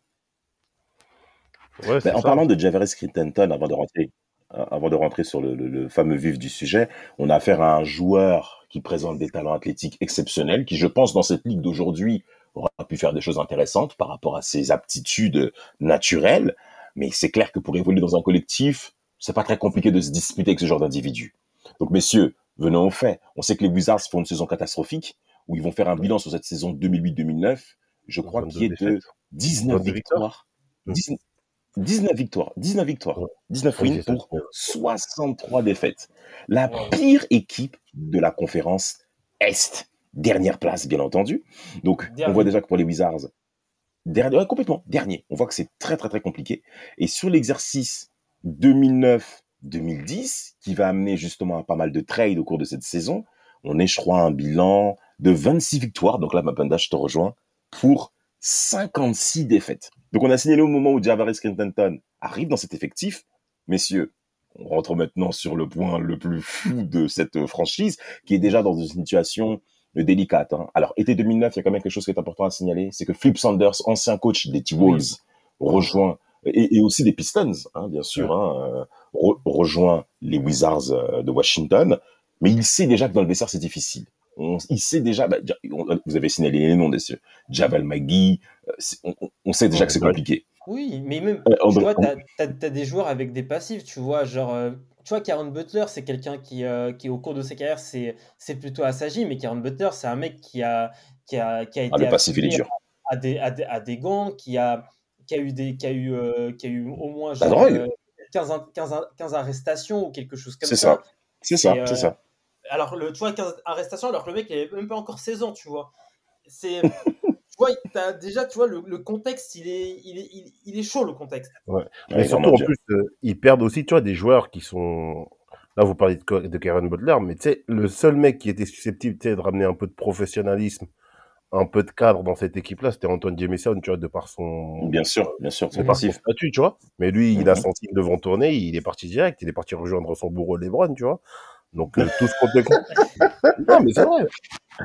Ouais, c'est Mais en ça. parlant de Javaris Crittenton, avant de rentrer, euh, avant de rentrer sur le, le- le fameux vif du sujet, on a affaire à un joueur qui présente des talents athlétiques exceptionnels, qui, je pense, dans cette ligue d'aujourd'hui, aura pu faire des choses intéressantes par rapport à ses aptitudes naturelles. Mais c'est clair que pour évoluer dans un collectif, c'est pas très compliqué de se disputer avec ce genre d'individu. Donc, messieurs, venons aux faits. On sait que les Wizards font une saison catastrophique, où ils vont faire un bilan sur cette saison deux mille huit deux mille neuf, je crois, vingt-deux qui est de défaites. dix-neuf vingt-deux victoires. victoires. dix- dix-neuf victoires, dix-neuf victoires, Ouais. dix-neuf Oui, wins c'est ça. pour soixante-trois défaites. La Wow. pire équipe de la conférence Est. Dernière place, bien entendu. Donc, Dernier. on voit déjà que pour les Wizards, dernier, ouais, complètement, dernier. On voit que c'est très, très, très compliqué. Et sur l'exercice deux mille neuf deux mille dix, qui va amener justement à pas mal de trades au cours de cette saison, on est, je crois, à un bilan de vingt-six victoires. Donc là, Mapenda, je te rejoins, pour cinquante-six défaites. Donc, on a signalé au moment où Javaris Crittenton arrive dans cet effectif. Messieurs, on rentre maintenant sur le point le plus fou de cette franchise, qui est déjà dans une situation délicate. Hein. Alors, été deux mille neuf, il y a quand même quelque chose qui est important à signaler, c'est que Flip Saunders, ancien coach des T-Wolves, rejoint, et, et aussi des Pistons, hein, bien sûr, hein, euh, re- rejoint les Wizards euh, de Washington, mais il sait déjà que dans le vestiaire, c'est difficile. On, il sait déjà, bah, ja- on- vous avez signalé les noms, messieurs, Javel McGee, euh, c'est- on, on sait déjà que c'est compliqué. Oui, mais même, Euh, tu André- vois, t'as, t'as, t'as des joueurs avec des passifs, tu vois, genre, euh, tu vois, Caron Butler, c'est quelqu'un qui, euh, qui, au cours de sa carrière, c'est, c'est plutôt assagi, mais Caron Butler, c'est un mec qui a, qui a, qui a Ah, été le passif, il est affilié dur. à des, à des, à des gants, qui a, qui a eu des, qui a eu, euh, qui a eu au moins, La genre, drogue. euh, quinze, quinze, quinze arrestations ou quelque chose comme C'est ça. ça. C'est ça, Et, euh, c'est ça. Alors, le, tu vois, quinze arrestations, alors que le mec, il avait même pas encore seize ans, tu vois. C'est, tu vois, t'as déjà, tu vois, le, le contexte, il est, il est, il, il est chaud, le contexte. Ouais. Ouais, Mais surtout, vraiment en dur. plus, euh, ils perdent aussi, tu vois, des joueurs qui sont. Là, vous parlez de, Co- de Karen Butler, mais tu sais, le seul mec qui était susceptible, tu sais, de ramener un peu de professionnalisme, un peu de cadre dans cette équipe-là, c'était Antoine Jameson, tu vois, de par son, Bien sûr, bien sûr, de c'est par son passif. statut, tu vois. Mais lui, il a Mhm. senti le vent tourner, il est parti direct, il est parti rejoindre son bourreau LeBron, tu vois. Donc, euh, tout ce contexte. Non, mais c'est vrai.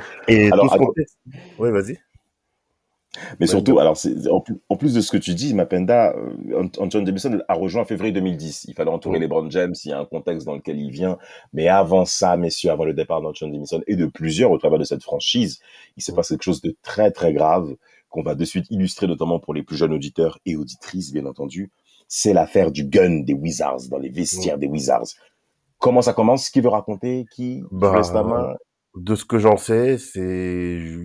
Et Alors, tout ce attends. contexte. Oui, vas-y. Mais Ouais, surtout, ouais. alors, c'est, en, plus, en plus de ce que tu dis, Mapenda, euh, Ant- Antoine Jameson a rejoint en février deux mille dix. Il fallait entourer Mm. LeBron James, il y a un contexte dans lequel il vient. Mais avant ça, messieurs, avant le départ d'Antoine Jameson et de plusieurs au travers de cette franchise, il se Mm. passe quelque chose de très, très grave qu'on va de suite illustrer, notamment pour les plus jeunes auditeurs et auditrices, bien entendu. C'est l'affaire du gun des Wizards, dans les vestiaires des Wizards. Comment ça commence? Qui veut raconter? Qui? Qui Bah, laisse la main? de ce que j'en sais, c'est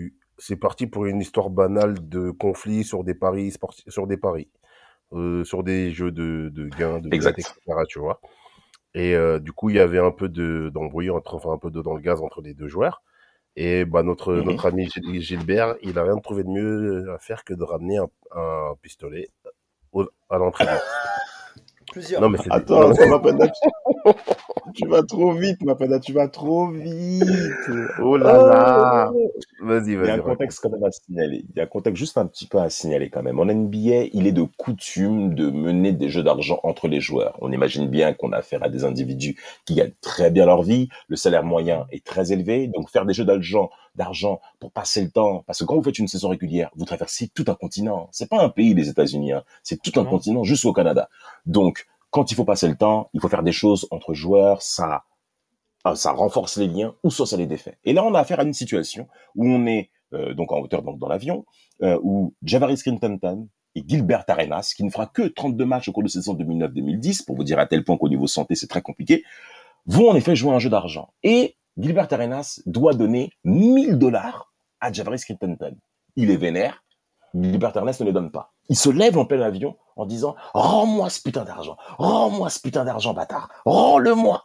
c'est parti pour une histoire banale de conflit sur des paris sportifs, sur des paris, euh, sur des jeux de, de gains, de Exact. bêtes, et cetera. Tu vois. Et euh, du coup, il y avait un peu de d'embrouille entre, enfin un peu d'eau dans le gaz entre les deux joueurs. Et bah notre Mhm. notre ami Gil- Gilbert, il a rien trouvé de mieux à faire que de ramener un, un pistolet au, à l'entraînement. Plusieurs. Non mais c'est des- Attends, non, mais attends, ma panda, tu... tu vas trop vite, ma panda, tu vas trop vite. Oh là là. vas-y, Il y a vas-y, un raconte. contexte quand même à signaler. Il y a un contexte juste un petit peu à signaler quand même. En N B A, il est de coutume de mener des jeux d'argent entre les joueurs. On imagine bien qu'on a affaire à des individus qui gagnent très bien leur vie. Le salaire moyen est très élevé. Donc faire des jeux d'argent, d'argent pour passer le temps. Parce que quand vous faites une saison régulière, vous traversez tout un continent. C'est pas un pays, les États-Unis. Hein. C'est tout un Non. continent jusqu'au Canada. Donc, quand il faut passer le temps, il faut faire des choses entre joueurs. Ça, ah, ça renforce les liens ou soit ça les défait. Et là, on a affaire à une situation où on est euh, donc en hauteur donc dans l'avion, euh, où Javaris Crinton et Gilbert Arenas, qui ne fera que trente-deux matchs au cours de saison deux mille neuf deux mille dix, pour vous dire à tel point qu'au niveau santé, c'est très compliqué, vont en effet jouer un jeu d'argent. Et Gilbert Arenas doit donner mille dollars à Javaris Crinton. Il est vénère, Gilbert Arenas ne les donne pas. Il se lève en plein avion en disant « Rends-moi ce putain d'argent, rends-moi ce putain d'argent, bâtard, rends-le-moi !»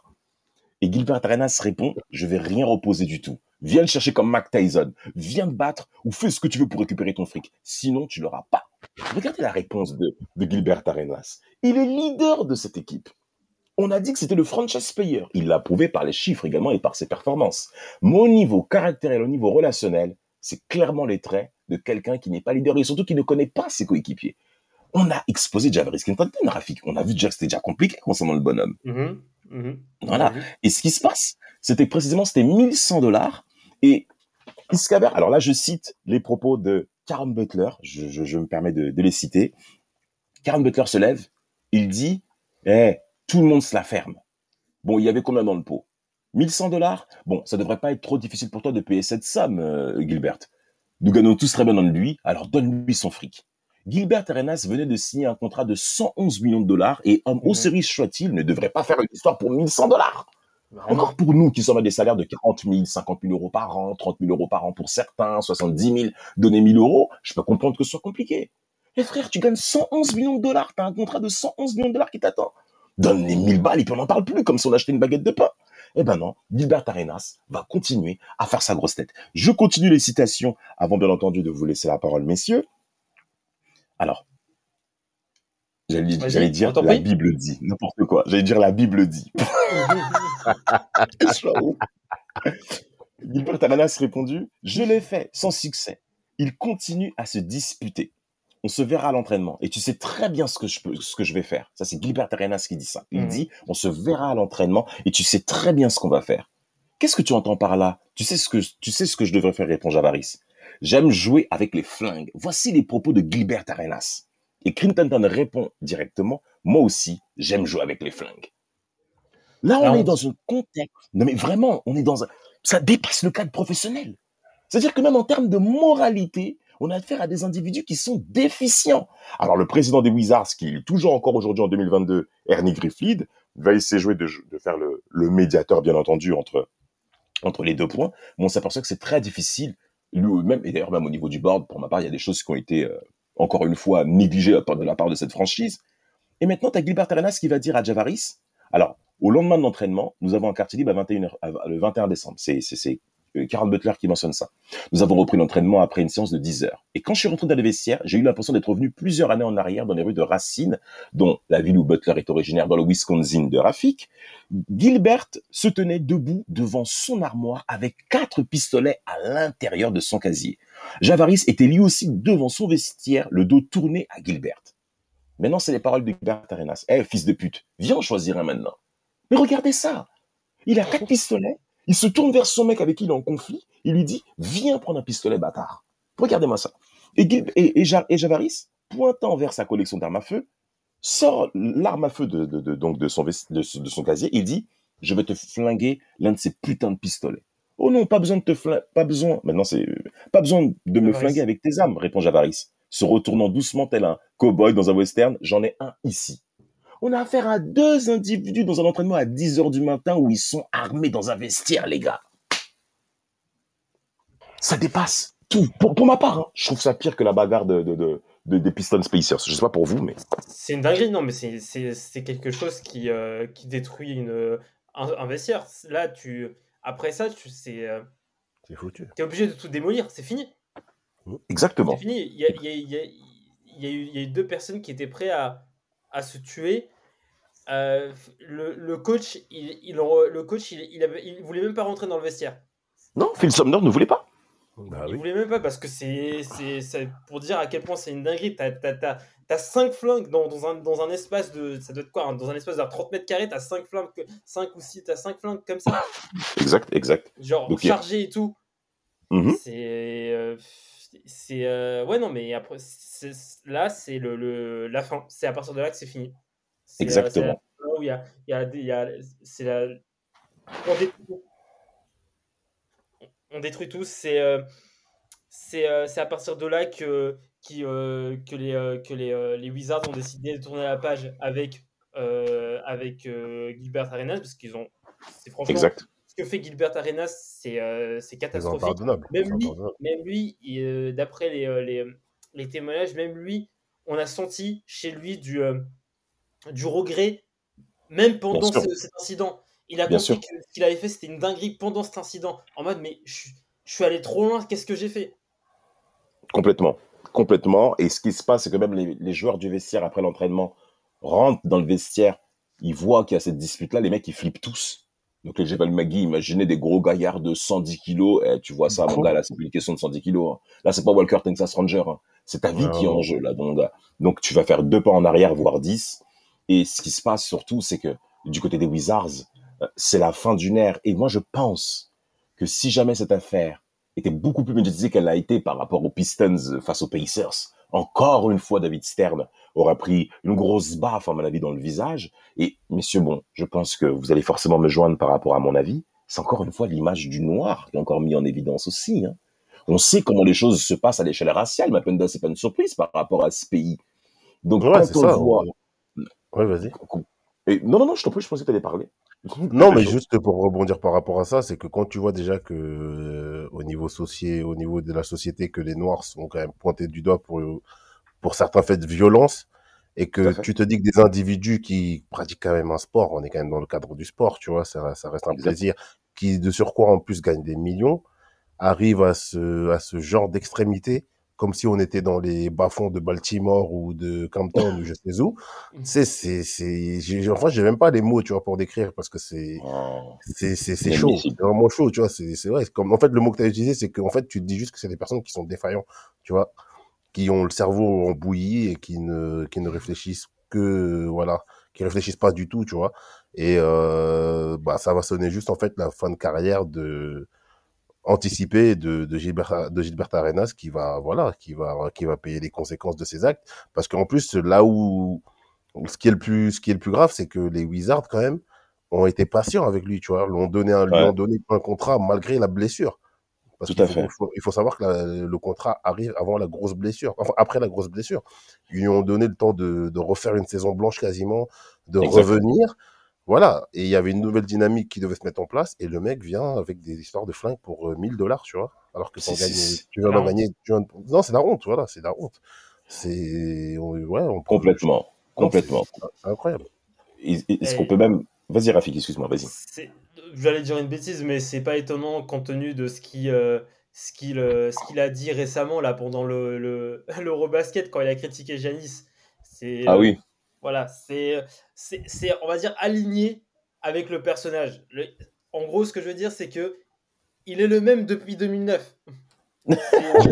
Et Gilbert Arenas répond « Je vais rien reposer du tout. Viens le chercher comme Mike Tyson. Viens te battre ou fais ce que tu veux pour récupérer ton fric. Sinon, tu l'auras pas. » Regardez la réponse de, de Gilbert Arenas. Il est leader de cette équipe. On a dit que c'était le franchise player. Il l'a prouvé par les chiffres également et par ses performances. Mais au niveau caractériel, au niveau relationnel, c'est clairement les traits de quelqu'un qui n'est pas leader et surtout qui ne connaît pas ses coéquipiers. On a exposé Javaris Crinton, Rafik. On a vu déjà que c'était déjà compliqué concernant le bonhomme. Mmh, mmh. Voilà. Et ce qui se passe, c'était précisément, c'était mille cent dollars. Et Iskaber, alors là, je cite les propos de Karen Butler. Je, je, je me permets de, de les citer. Karen Butler se lève. Il dit, eh, hey, tout le monde se la ferme. Bon, il y avait combien dans le pot? mille cent dollars? Bon, ça devrait pas être trop difficile pour toi de payer cette somme, euh, Gilbert. Nous gagnons tous très bien dans lui, alors donne-lui son fric. Gilbert Arenas venait de signer un contrat de cent onze millions de dollars et homme mmh. aussi riche soit-il, ne devrait pas faire une histoire pour mille cent dollars. Encore pour nous qui sommes à des salaires de quarante mille, cinquante mille euros par an, trente mille euros par an pour certains, soixante-dix mille, donner mille euros, je peux comprendre que ce soit compliqué. Mais frère, tu gagnes cent onze millions de dollars, t'as un contrat de cent onze millions de dollars qui t'attend. Donne les mille balles et puis on n'en parle plus, comme si on achetait une baguette de pain. Eh ben non, Gilbert Arenas va continuer à faire sa grosse tête. Je continue les citations avant bien entendu de vous laisser la parole, messieurs. Alors, j'allais, j'allais dire la prie. Bible dit, n'importe quoi. J'allais dire la Bible dit. Gilbert Arenas répondu, je l'ai fait sans succès. Il continue à se disputer. On se verra à l'entraînement. Et tu sais très bien ce que je peux, ce que je vais faire. Ça, c'est Gilbert Arenas qui dit ça. Il mmh. dit, on se verra à l'entraînement et tu sais très bien ce qu'on va faire. Qu'est-ce que tu entends par là? Tu sais ce que, tu sais ce que je devrais faire, répond Javaris. J'aime jouer avec les flingues. Voici les propos de Gilbert Arenas. Et Crinton répond directement, moi aussi, j'aime jouer avec les flingues. Là, on Alors, est dans un contexte. Non, mais vraiment, on est dans un, ça dépasse le cadre professionnel. C'est-à-dire que même en termes de moralité, on a affaire à des individus qui sont déficients. Alors, le président des Wizards, qui est toujours encore aujourd'hui en deux mille vingt-deux, Ernie Griflid, va essayer jouer de, de faire le, le médiateur, bien entendu, entre, entre les deux points. Mais on s'aperçoit que c'est très difficile. Lui-même, et d'ailleurs, même au niveau du board, pour ma part, il y a des choses qui ont été, euh, encore une fois, négligées de la part de cette franchise. Et maintenant, tu as Gilbert Arenas qui va dire à Javaris, alors, au lendemain de l'entraînement, nous avons un quartier libre à vingt et une heures, le vingt et un décembre. C'est, c'est, c'est Karen Butler qui mentionne ça. Nous avons repris l'entraînement après une séance de dix heures. Et quand je suis rentré dans les vestiaires, j'ai eu l'impression d'être revenu plusieurs années en arrière dans les rues de Racine, dont la ville où Butler est originaire, dans le Wisconsin de Rafik. Gilbert se tenait debout devant son armoire avec quatre pistolets à l'intérieur de son casier. Javaris était lui aussi devant son vestiaire, le dos tourné à Gilbert. Maintenant, c'est les paroles de Gilbert Arenas. Eh, hey, fils de pute, viens en choisir un maintenant. Mais regardez ça. Il a quatre pistolets. Il se tourne vers son mec avec qui il est en conflit. Il lui dit, viens prendre un pistolet, bâtard. Regardez-moi ça. Et, Gil- et, et, Ja- et Javaris, pointant vers sa collection d'armes à feu, sort l'arme à feu de, de, de, donc de, son, ves- de, de son casier. Il dit, je vais te flinguer l'un de ces putains de pistolets. Oh non, pas besoin de te flinguer. Pas besoin. Maintenant, c'est pas besoin de me Javaris. flinguer avec tes armes, répond Javaris, se retournant doucement tel un cow-boy dans un western. J'en ai un ici. On a affaire à deux individus dans un entraînement à dix heures du matin où ils sont armés dans un vestiaire, les gars. Ça dépasse tout. Pour, pour ma part, hein, je trouve ça pire que la bagarre de, de, de, de- des Pistons Pacers. Je sais pas pour vous, mais C'est une dinguerie, non, mais c'est, c'est, c'est quelque chose qui, euh, qui détruit une, un, un vestiaire. Là, tu, après ça, tu, c'est, euh, C'est foutu. t'es obligé de tout démolir, c'est fini. C'est exactement. fini. Il y a, il y a- il y a- il y a eu, il y a eu deux personnes qui étaient prêtes à, à se tuer. Euh, le, le coach, il, il, le coach il, il, avait, il voulait même pas rentrer dans le vestiaire. Non, Phil Sumner ne voulait pas. Bah Il oui. voulait même pas parce que c'est, c'est, c'est pour dire à quel point c'est une dinguerie. T'as, t'as, t'as, t'as cinq flingues dans, dans, un, dans un espace de. Ça doit être quoi hein, dans un espace de trente mètres carrés, t'as cinq flingues, cinq ou six, t'as cinq flingues comme ça. Exact, exact. Genre Donc, il y a- chargées et tout. Mhm. C'est. euh, c'est. euh, ouais, non, mais après, c'est- là, c'est le, le, la fin. C'est à partir de là que c'est fini. C'est, euh, Exactement. c'est la fin où il y a, il y a, il y a- c'est la. On détruit tout. On détruit tout. C'est. euh, c'est, euh, c'est à partir de là que, qui, euh, que, les, euh, que les, euh, les Wizards ont décidé de tourner la page avec, euh, avec euh, Gilbert Arenas parce qu'ils ont. C'est franchement. Exact. Ce que fait Gilbert Arenas, c'est, euh, c'est C'est catastrophique. impardonnable. Même C'est lui, impardonnable. même lui il, euh, d'après les, euh, les, les témoignages, même lui, on a senti chez lui du, euh, du regret, même pendant Bien sûr. ce- cet incident. Il a Bien compris sûr. que ce qu'il avait fait, c'était une dinguerie pendant cet incident. En mode, mais je, suis- je suis allé trop loin, qu'est-ce que j'ai fait? Complètement. Complètement. Et ce qui se passe, c'est que même les, les joueurs du vestiaire, après l'entraînement, rentrent dans le vestiaire, ils voient qu'il y a cette dispute-là, les mecs, ils flippent tous. Donc, les Jebel Magui, imaginez des gros gaillards de cent dix kilos. Eh, tu vois ça, mon gars, là, c'est plus une question de cent dix kilos. hein. Là, c'est pas Walker Texas Ranger. hein. C'est ta vie Ouais, qui est en ouais. jeu, là, mon gars. Donc, tu vas faire deux pas en arrière, voire dix. Et ce qui se passe surtout, c'est que du côté des Wizards, euh, c'est la fin d'une ère. Et moi, je pense que si jamais cette affaire était beaucoup plus médiatisée qu'elle l'a été par rapport aux Pistons face aux Pacers, encore une fois, David Stern aura pris une grosse baffe, à mon avis, dans le visage. Et, messieurs, bon, je pense que vous allez forcément me joindre par rapport à mon avis. C'est encore une fois l'image du noir qui est encore mis en évidence aussi. Hein. On sait comment les choses se passent à l'échelle raciale. Mapenda, c'est pas une surprise par rapport à ce pays. Donc, Ouais, quand c'est on ça. voit... Ouais, vas-y. Et, non, non, non, je t'en prie, je pensais que tu allais parler. Non, mais Chaud. juste pour rebondir par rapport à ça, c'est que quand tu vois déjà que euh, au niveau socié, au niveau de la société, que les Noirs sont quand même pointés du doigt pour pour certains faits de violence, et Tout que à fait. tu te dis que des individus qui pratiquent quand même un sport, on est quand même dans le cadre du sport, tu vois, ça, ça reste un Exact. plaisir, qui de surcroît en plus gagnent des millions, arrivent à ce à ce genre d'extrémité, comme si on était dans les bas-fonds de Baltimore ou de Campton ou je sais où. Tu sais, c'est, c'est, j'ai, enfin, j'ai même pas les mots, tu vois, pour décrire parce que c'est, Oh, c'est, c'est, c'est chaud. inadmissible. C'est vraiment chaud, tu vois. C'est, c'est vrai. C'est comme, en fait, le mot que tu as utilisé, c'est qu'en fait, tu te dis juste que c'est des personnes qui sont défaillants, tu vois, qui ont le cerveau en bouillie et qui ne, qui ne réfléchissent que, voilà, qui réfléchissent pas du tout, tu vois. Et, euh, bah, ça va sonner juste, en fait, la fin de carrière de, anticipé de, de Gilbert, de Gilbert Arenas qui va, voilà, qui va, qui va payer les conséquences de ses actes. Parce qu'en plus, là où, ce qui est le plus, ce qui est le plus grave, c'est que les Wizards, quand même, ont été patients avec lui, tu vois, lui ont donné un, lui Ouais. ont donné un contrat malgré la blessure. Parce Tout qu'il à faut, fait. il faut, il faut savoir que la- le contrat arrive avant la grosse blessure, enfin, après la grosse blessure. Ils lui ont donné le temps de, de refaire une saison blanche quasiment, de Exact. revenir. Voilà. Et il y avait une nouvelle dynamique qui devait se mettre en place. Et le mec vient avec des histoires de flingues pour euh, mille dollars, tu vois. Alors que C'est- t'en gagnes, c'est- tu viens la d'en honte. gagner, tu viens de- non, c'est la honte, voilà, c'est la honte. C'est, on- ouais, on peut- Complètement. non, c'est- Complètement. c'est incroyable. Et- et- Est-ce Et- qu'on peut même... Vas-y, Rafik, excuse-moi, vas-y. C'est- J'allais dire une bêtise, mais c'est pas étonnant compte tenu de ce qu'il euh, ce qu'il euh, ce qu'il a dit récemment là pendant le le l'Eurobasket quand il a critiqué Giannis. C'est Ah euh, oui, voilà, c'est c'est c'est on va dire aligné avec le personnage. Le- en gros, ce que je veux dire, c'est que il est le même depuis deux mille neuf. C'est-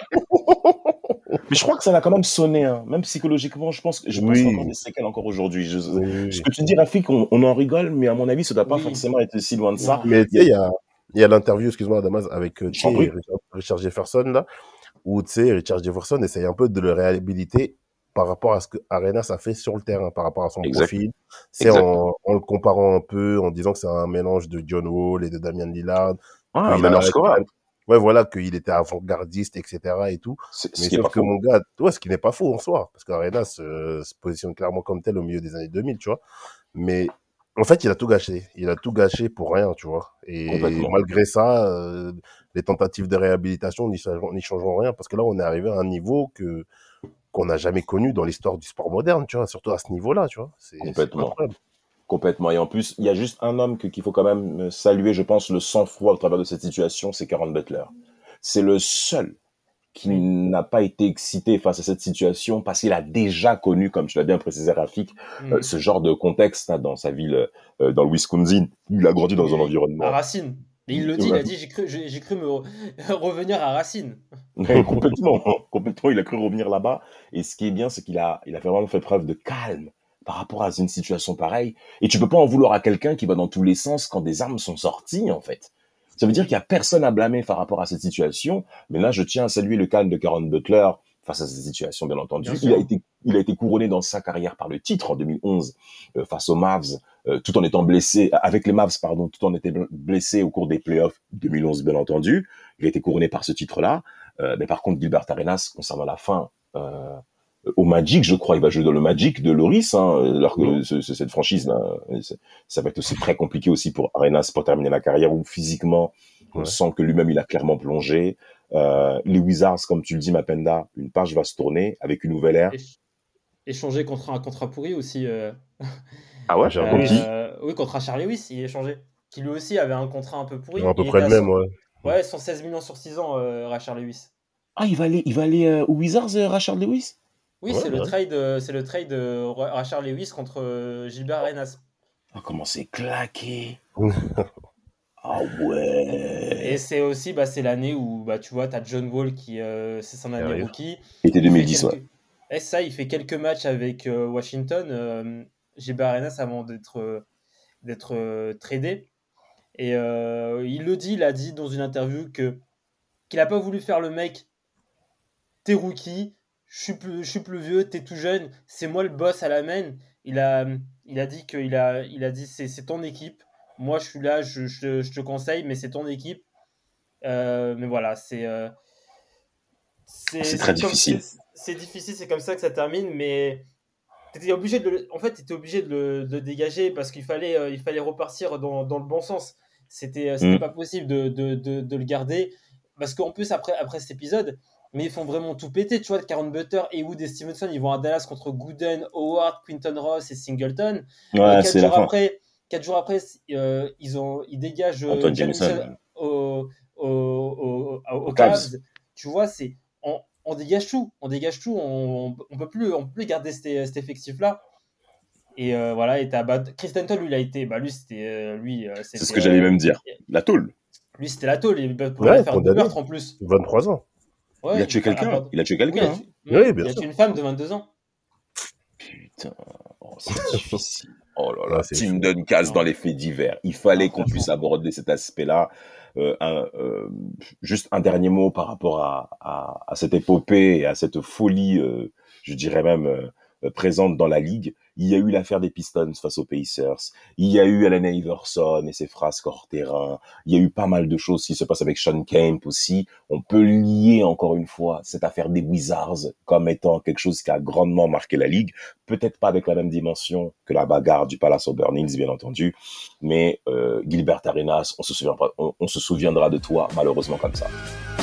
mais je crois que ça l'a quand même sonné, hein. Même psychologiquement, je pense que je pense Oui. qu'il y a encore des séquelles encore aujourd'hui. Je- Oui, oui, Ce oui. que tu dis, Rafik, on, on en rigole, mais à mon avis, ça doit pas Oui. forcément être si loin de ça. Non. Mais tu sais, il y a, il y a l'interview, excuse-moi, Damas, avec euh, tu Je t'en sais, prie. Richard, Richard Jefferson, là, où tu sais, Richard Jefferson essaye un peu de le réhabiliter par rapport à ce que Arenas a fait sur le terrain, par rapport à son Exact. profil. C'est Exact. en, en le comparant un peu, en disant que c'est un mélange de John Wall et de Damian Lillard. Ah, qu'il maintenant, a- scoreur. Ouais, voilà, qu'il était avant-gardiste, et cetera et tout. C'est Mais ce qui est sauf pas que faux. mon gars, toi, ce qui n'est pas faux en soi, parce qu'Arenas euh, se positionne clairement comme tel au milieu des années deux mille, tu vois. Mais En fait, il a tout gâché. Il a tout gâché pour rien, tu vois. Et Complètement. malgré ça, euh, les tentatives de réhabilitation n'y changeront, n'y changeront rien parce que là, on est arrivé à un niveau que qu'on n'a jamais connu dans l'histoire du sport moderne, tu vois, surtout à ce niveau-là, tu vois. C'est c'est Complètement. incroyable. Complètement. Et en plus, il y a juste un homme que- qu'il faut quand même saluer, je pense, le sang-froid au travers de cette situation, c'est Caron Butler. C'est le seul qui Oui. n'a pas été excité face à cette situation parce qu'il a déjà connu, comme tu l'as bien précisé, Rafik, euh, Mm. ce genre de contexte hein, dans sa ville, euh, dans le Wisconsin. Il a grandi dans un Oui, à environnement. Racine. Et il le dit, il a dit, j'ai cru, j'ai j'ai cru me re- revenir à Racine. Ouais, complètement, complètement, il a cru revenir là-bas. Et ce qui est bien, c'est qu'il a, il a vraiment fait preuve de calme par rapport à une situation pareille. Et tu peux pas en vouloir à quelqu'un qui va dans tous les sens quand des armes sont sorties, en fait. Ça veut dire qu'il y a personne à blâmer par rapport à cette situation. Mais là, je tiens à saluer le calme de Caron Butler face à cette situation, bien entendu. Bien Il a sûr. été, il a été couronné dans sa carrière par le titre en deux mille onze euh, face aux Mavs, euh, tout en étant blessé, avec les Mavs, pardon, tout en étant blessé au cours des playoffs deux mille onze, bien entendu. Il a été couronné par ce titre-là. Euh, mais par contre, Gilbert Arenas, concernant la fin, euh, au Magic, je crois, il va jouer dans le Magic de Loris, hein, alors que Mhm. ce- ce- cette franchise-là, c'est- ça va être aussi très compliqué aussi pour Arenas pour terminer la carrière, où physiquement, on Ouais. sent que lui-même, il a clairement plongé. Euh, les Wizards, comme tu le dis, Mapenda, une page va se tourner avec une nouvelle ère. Éch- Échanger contre un contrat pourri aussi. euh, Ah ouais, J'ai contre entendu. qui euh, oui, contre un Charlie Lewis, il est échangé. Qui lui aussi avait un contrat un peu pourri. À peu Il près était le à même, cent ouais. ouais, cent seize millions sur six ans, euh, Rachard Lewis. Ah, il va aller, il va aller euh, aux Wizards, euh, Rashard Lewis Oui, Ouais, c'est le ouais. trade, euh, c'est le trade de Ra- Rachard Lewis contre euh, Gilbert Arenas. Ah, comment c'est claqué. Ah ouais. Et c'est aussi, bah, c'est l'année où, bah, tu vois, t'as John Wall qui, euh, c'est son année arrive. rookie. C'était Il deux mille fait dix, quelques... ouais. Et ça, il fait quelques matchs avec euh, Washington, euh, Gilbert Arenas avant d'être, euh, d'être euh, tradé. Et euh, il le dit, il a dit dans une interview que qu'il a pas voulu faire le mec. T'es rookie, je suis plus, je suis plus vieux, t'es tout jeune, c'est moi le boss à la main. Il a, il a dit que il a, il a dit c'est, c'est ton équipe. Moi, je suis là, je, je, je te conseille, mais c'est ton équipe. Euh, mais voilà, c'est, euh, c'est, C'est très c'est comme- difficile. c'est- c'est difficile, c'est comme ça que ça termine, mais t'étais obligé de, le- en fait, t'étais obligé de le, de le dégager parce qu'il fallait, euh, il fallait repartir dans, dans le bon sens. C'était, euh, c'était Mm. pas possible de, de, de, de le garder parce qu'en plus après, après cet épisode, mais ils font vraiment tout péter, tu vois. Caron Butler, Haywood et Stevenson, ils vont à Dallas contre Gooden, Howard, Quinton Ross et Singleton. Euh, Ouais, quatre c'est la jours fin. après, quatre jours après, euh, ils ont, ils dégagent euh, Antoine Jamison Jamison. au, au, au, au- aux Cavs. Cavs. Tu vois, c'est, on, on dégage tout, on dégage tout, on, on peut plus, on peut plus garder cet, cet effectif-là. Et euh, voilà, et t'as bah, Chris Denton, lui, il a été, bah lui, c'était, euh, lui, euh, C'est c'était, ce que j'allais euh, même dire. La tôle. lui, c'était la tôle. Il pouvait Ouais, faire deux condamné. meurtres en plus. vingt-trois ans. Ouais, Il a tué enfin, quelqu'un. aborde- Il a tué Oui, il quelqu'un. a hein. tué, Oui, oui, bien il a sûr. tué une femme de vingt-deux ans. Putain, oh, c'est difficile. Oh là Ah, là, c'est Tim chaud. Duncan Non. dans les faits divers. Il fallait Ah, qu'on puisse franchement. aborder cet aspect-là. Euh, un, euh, juste un dernier mot par rapport à, à, à cette épopée et à cette folie, euh, je dirais même euh, présente dans la ligue. Il y a eu l'affaire des Pistons face aux Pacers. Il y a eu Allen Iverson et ses frasques hors terrain. Il y a eu pas mal de choses qui se passent avec Sean Kemp aussi. On peut lier encore une fois cette affaire des Wizards comme étant quelque chose qui a grandement marqué la ligue. Peut-être pas avec la même dimension que la bagarre du Palace Auburn Hills, bien entendu. Mais euh, Gilbert Arenas, on se souviendra, on, on se souviendra de toi malheureusement comme ça.